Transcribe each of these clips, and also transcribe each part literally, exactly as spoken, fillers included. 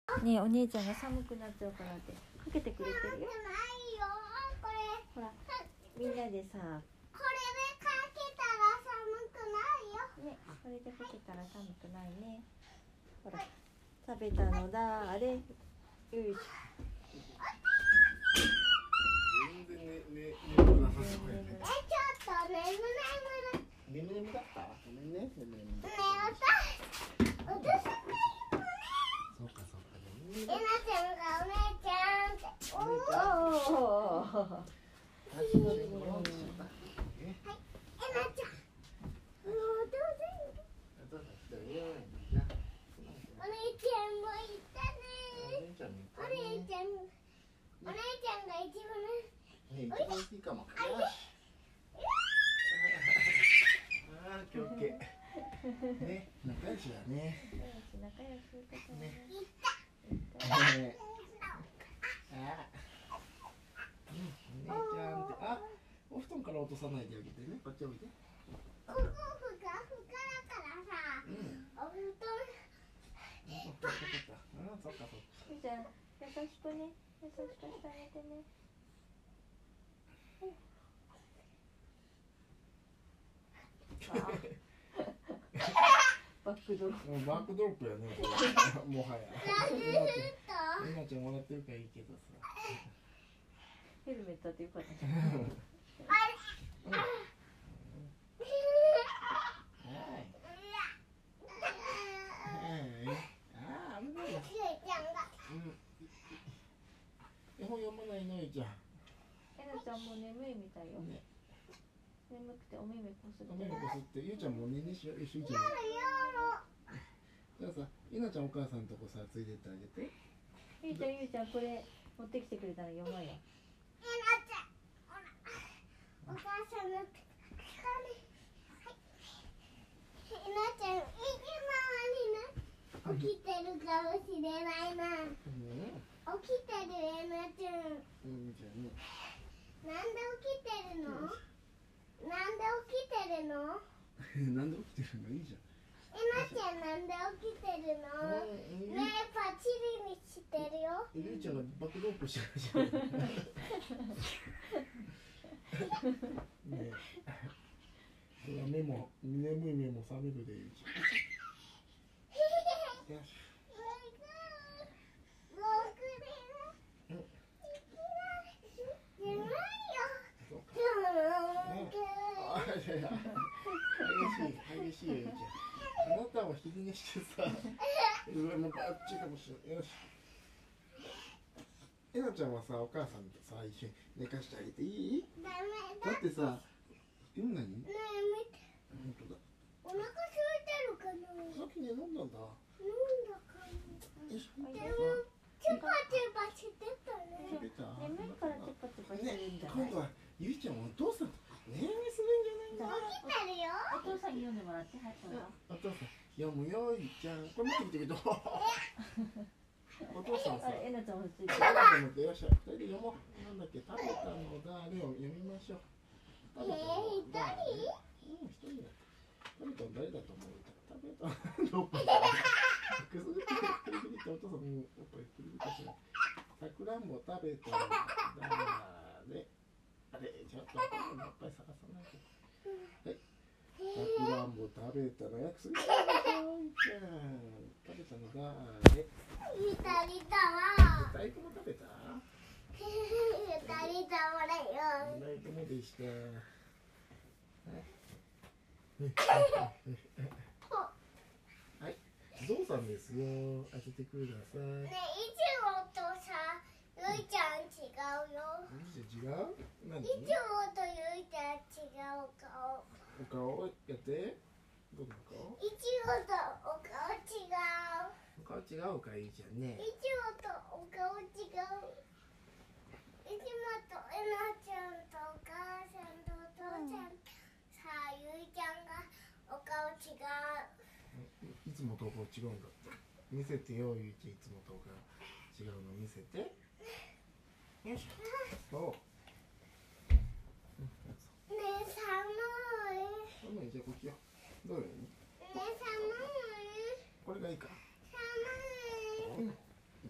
ねえ、お姉ちゃんが寒くなっちゃうからってかけてくれてるよ。ほら、みんなでさ、 これでかけたら寒くないよ。 ね、これでかけたら寒くないね。ほら、食べたのだあれ。よいしょ。 全然ねね眠くなさそうやね。 え、ちょっと眠眠眠眠だった。ごめんね。眠眠。 ねえ、おた、おたさんがいるのね。 そうかそうか。 えなちゃんがお姉ちゃんって。おお。 おお。 足のね、ごろんとしちゃった。 えなちゃん。お父さん。 お父さん来たよ。な。 お姉ちゃんもいたね。 お姉ちゃんもお姉ちゃん。お姉ちゃんが一番ね、一番いいかも。よし。ああ、オッケー。ね、仲良しだね。 仲良しだね。 いた。 ね。あ。うん、お姉ちゃんって、あ、お布団から落とさないであげてね。こっちおいで。 ここふかふかだからさ。 うん。 お布団。 ああ、そっかそっか。 じゃあ、優しくね。優しくしてあげてね。バックドロップ。 もうバックドロップやね。もはや。みなちゃん笑ってるからいいけどさ。 ヘルメットってよかった。 絵本読まないのいちゃん。 えなちゃんも眠いみたいよ。 ね。 眠くてお目目こすって。 お目目こすって、ゆうちゃんも寝にしよう。よし、ゆうちゃん。じゃあさ、ゆなちゃんお母さんとこさ、ついてってあげて。 ゆうちゃん、ゆうちゃん、これ持ってきてくれたら読もうよ。 えなちゃん。ほら。お母さんの手。えなちゃん、いつもにな。起きてるかもしれないな。起きてるえなちゃん。 うんじゃね。 なんで起きてるの？なんで起きてるの？ なんで起きてるのいいじゃん。 えなちゃんなんで起きてるの？ねえパチリにしてるよ。 ゆうちゃんがバックドロップしてるじゃん。ねえ。それは目も眠い目も覚めるでゆうちゃん。よし。激しい激しいよゆうちゃん。あなたは昼寝してさ、上もバッチリかもしれない。よし。えなちゃんはさ、お母さんとさ、一緒に寝かしてあげていい？ ダメだってさ、今何？ ねえ見て。 本当だ。 お腹空いてるかな？ さっきね飲んだんだ。 飲んだかな？ よし。 でもチュパチュパしてたね。 食べた？ 眠いからチュパチュパしてるんじゃない？ 今度はゆいちゃんお父さんと寝寝するんじゃないの？ 起きてるよ。 お父さんに読んでもらって、はい、どうぞ。 お父さん読むよゆいちゃん。これ持ってきてくれ。お父さんさ。 あれ、えなちゃん欲しい。 よっしゃ、ふたりで読もう。なんだっけ、食べたのだれを読みましょう。 えー、一人？ うん、一人だ。食べたの誰だと思う？食べたの。くすぐってくるくるってお父さんのおっぱいくるくるしてる。さくらんぼ食べたのだれ。あれ、ちょっとおっぱい探さないと。はい。さくらんぼ食べたのやくすぐってくるじゃん。食べたのだれ。 二人だわ。 二人とも食べた？ 二人だわれよ。 二人ともでした。はい、ゾウさんですよ。当ててください。 ねえ、いつもとさ、ゆいちゃん違うよ。 ゆいちゃん違う？何？ いつもとゆいちゃん違う顔。 お顔やって。どんな顔？ いつもとお顔違う。 お顔違うかいいじゃんね。 いつもとお顔違う。いつもとえなちゃんとお母さんとお父さん、うん、さあゆいちゃんがお顔違う。 いつもとお顔違うんだって。見せてよゆいちゃん、いつもとお顔違うの見せて。よいしょ。そう。 ねえ寒い。 寒いじゃあこっちよ。どうよ。 ねえ寒い。 これがいいか。 寒い。 うん。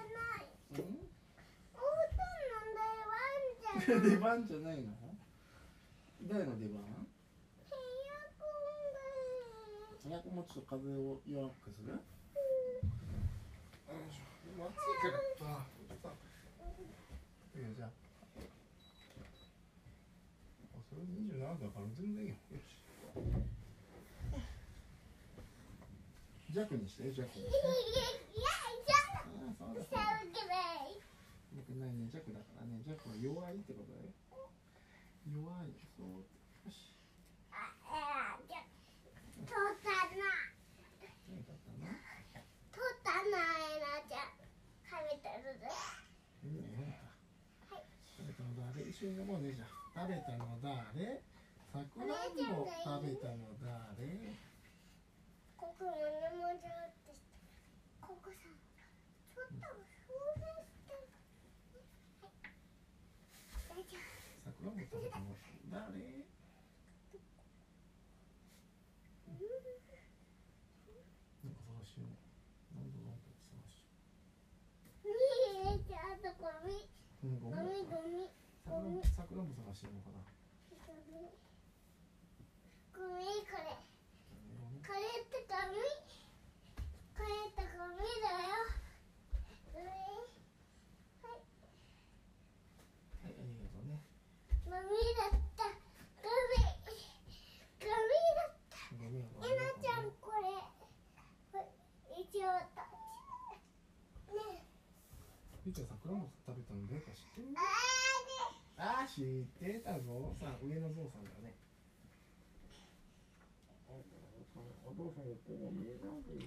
ない。 うんお布団の出番じゃない。 出番じゃないの？誰の出番？エアコンもちょっと風を弱くする？よいしょ。でも暑いからさ、いいよじゃあ。それにじゅうななどだから全然いいよ。よし。弱にして弱にして。ああそうだそうだ。僕ないね弱だからね弱は弱いってことだよ。弱いそう。よし。 取ったな。 何だったの？ 取ったな、えなちゃん。食べてるぜ。 うん、はい。食べたの誰？一緒に飲もうねじゃあ。食べたの誰？さくらんぼ食べたの誰？ ここもねもじゃってして。ここさ、ちょっとそうですけど。はい。大丈夫。 さくらんぼ食べたの誰？なんか探しよう。なんだなんだって探しよみーちゃんとこみ。 う。うん、ごゴめん。 ミゴミ。 さくらんぼさくらんぼ探してるのかな。 ゴミ。ゴミこれ。これってゴミ。これってゴミだよ。ゴミ。はい。 はい、ありがとうね。 ゴミだった。ゴミ。ゴミだった。 ごめん。 えなちゃんこれ。これ一応た。ね。 ゆうちゃんさくらんぼ食べたの誰か知ってる？ ああー知ってたぞ。さん上のゾウさんだね。お父さんお父さんこう見えなかった。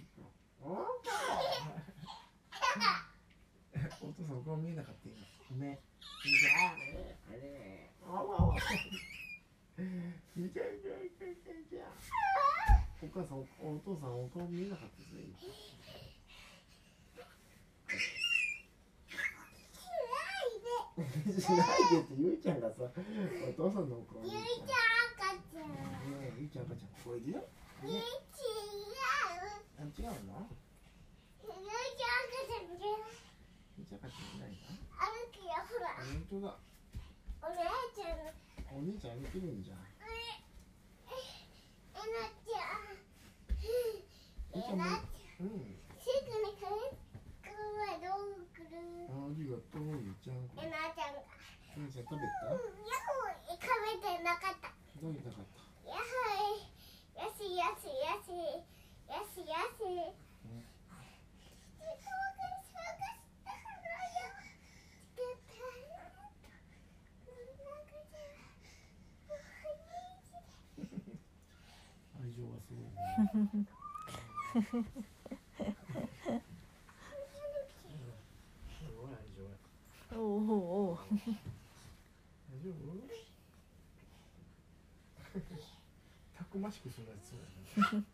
お父さんお顔見えなかった今。ごめん。じゃあね、あれ、あわわ。いちゃいちゃいちゃいちゃいちゃ。お母さん、お父さんお顔見えなかったですね。しないでってゆいちゃんがさ、お父さんのお顔見えゆいちた。 ゃん赤ちゃん。 ねえ、ゆいちゃん赤ちゃん、これでよ。 ゆいね、 ちあ、違うの？ ゆいちゃん赤ちゃんじゃない。 ゆいちゃん赤ちゃんいないの？ 歩くよほら。 本当だ。 お姉ちゃん。 お兄ちゃん歩けるんじゃん。 えなちゃん。 ゆいちゃんも、 えなちゃん。 うん。 すぐに帰る。こはどう来る。 ありがとう、ゆいちゃん。 えなちゃんが。 ゆいちゃん食べた？ うん、やっほー、食べてなかった。 どういたかった？ やはい。よしよしよし。よしよし。 うん愛情がすごいね。すごい愛情や。 おおおお。 大丈夫？たくましく育ちそうやね。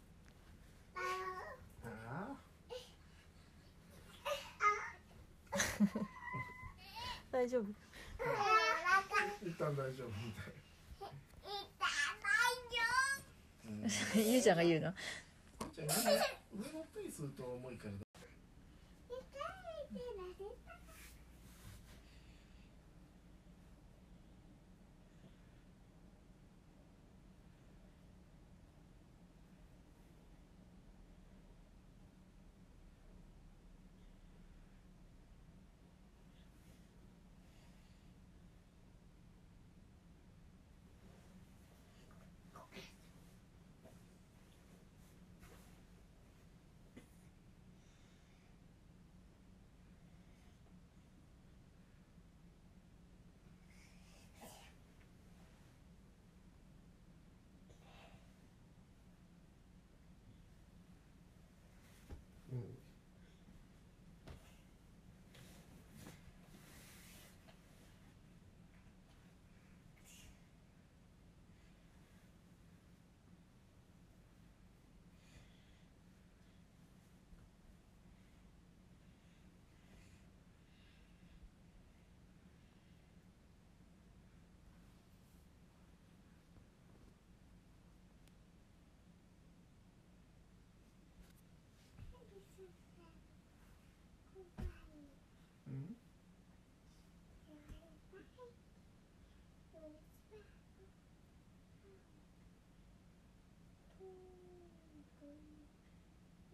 あ大丈夫。 あ、一旦大丈夫みたい。 ゆうちゃんが言うの。 じゃあ上の上のペースと重いから。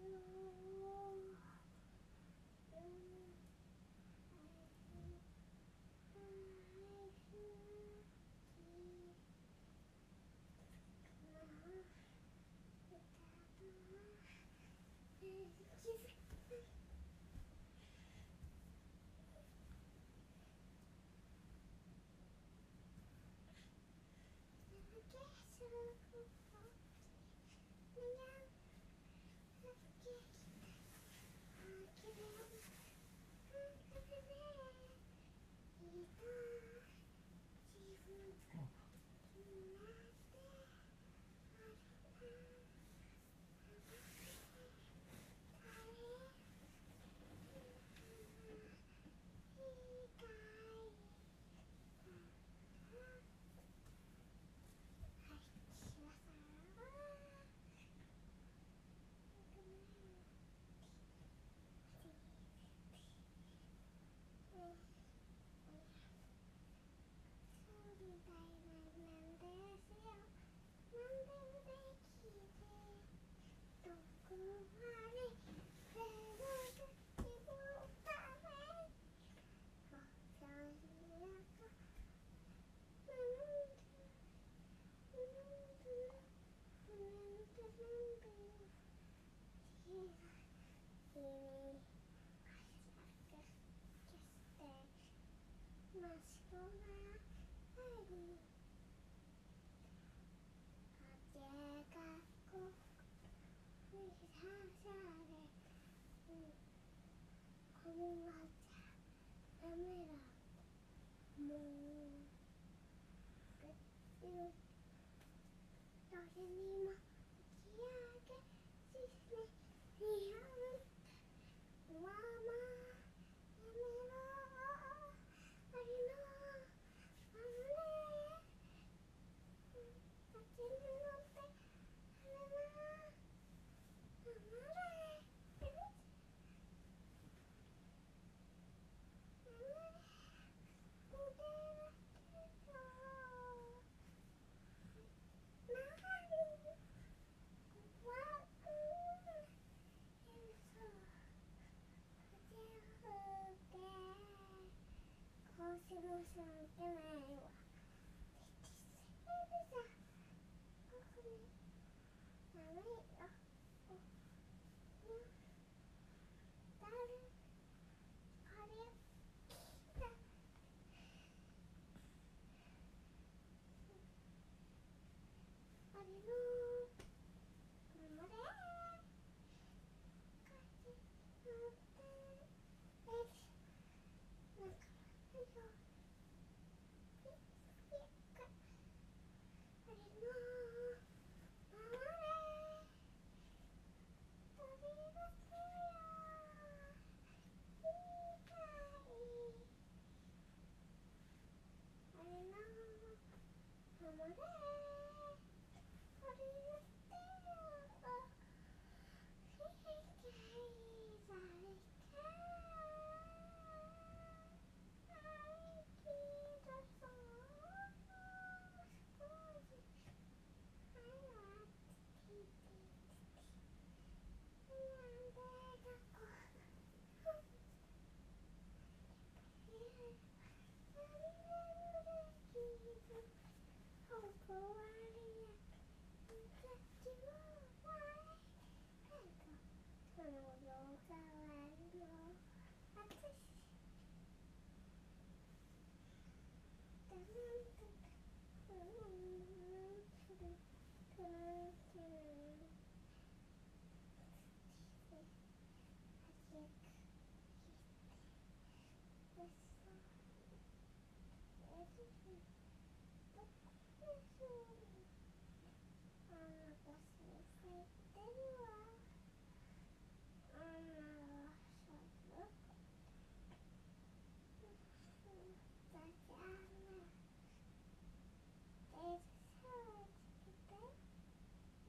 「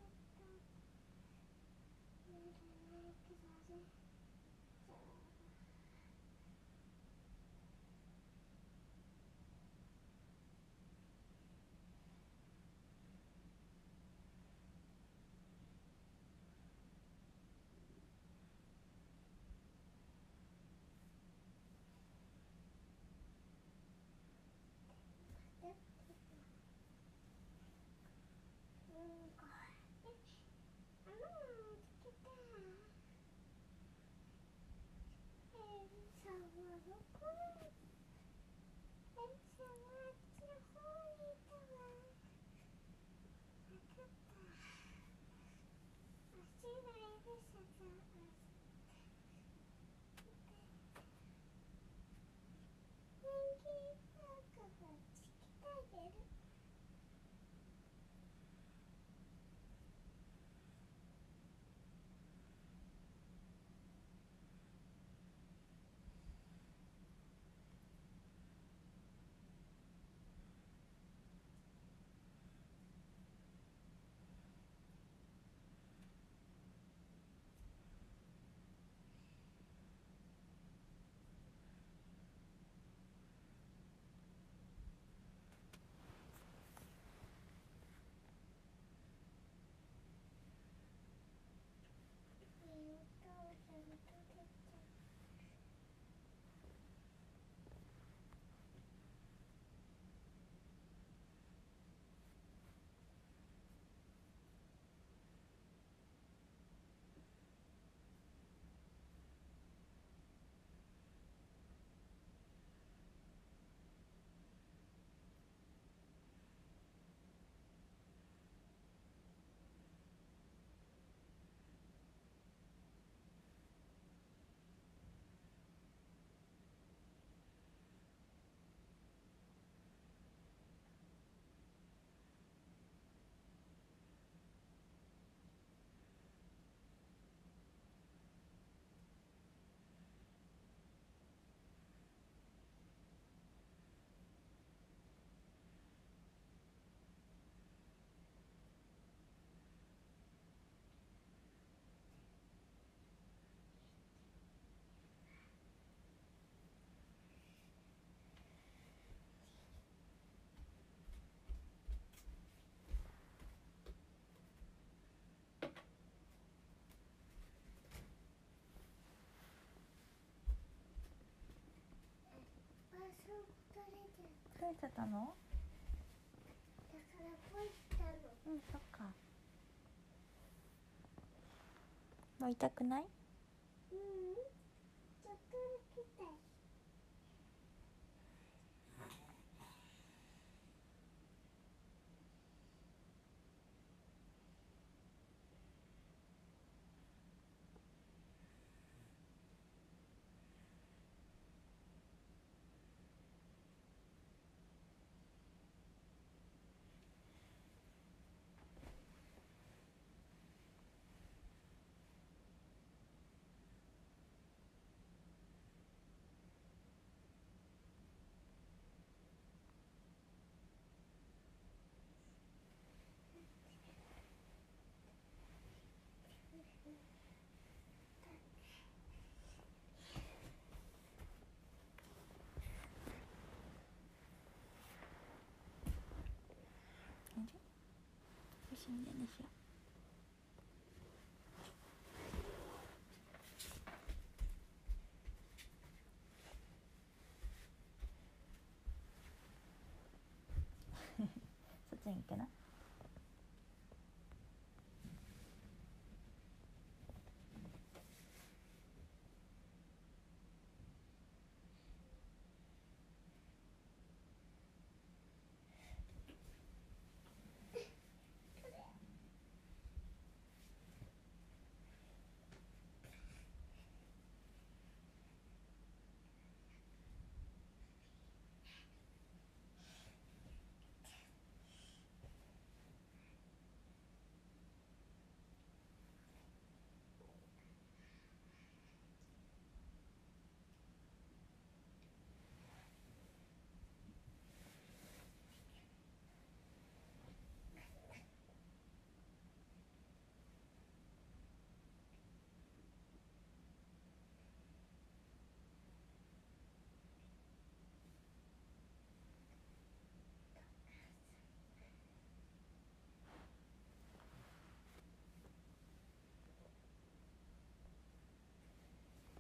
どうしちゃったの？ だからこうしたの。 うん、そっか。もう痛くない？ うん、ちょっとだけだよ。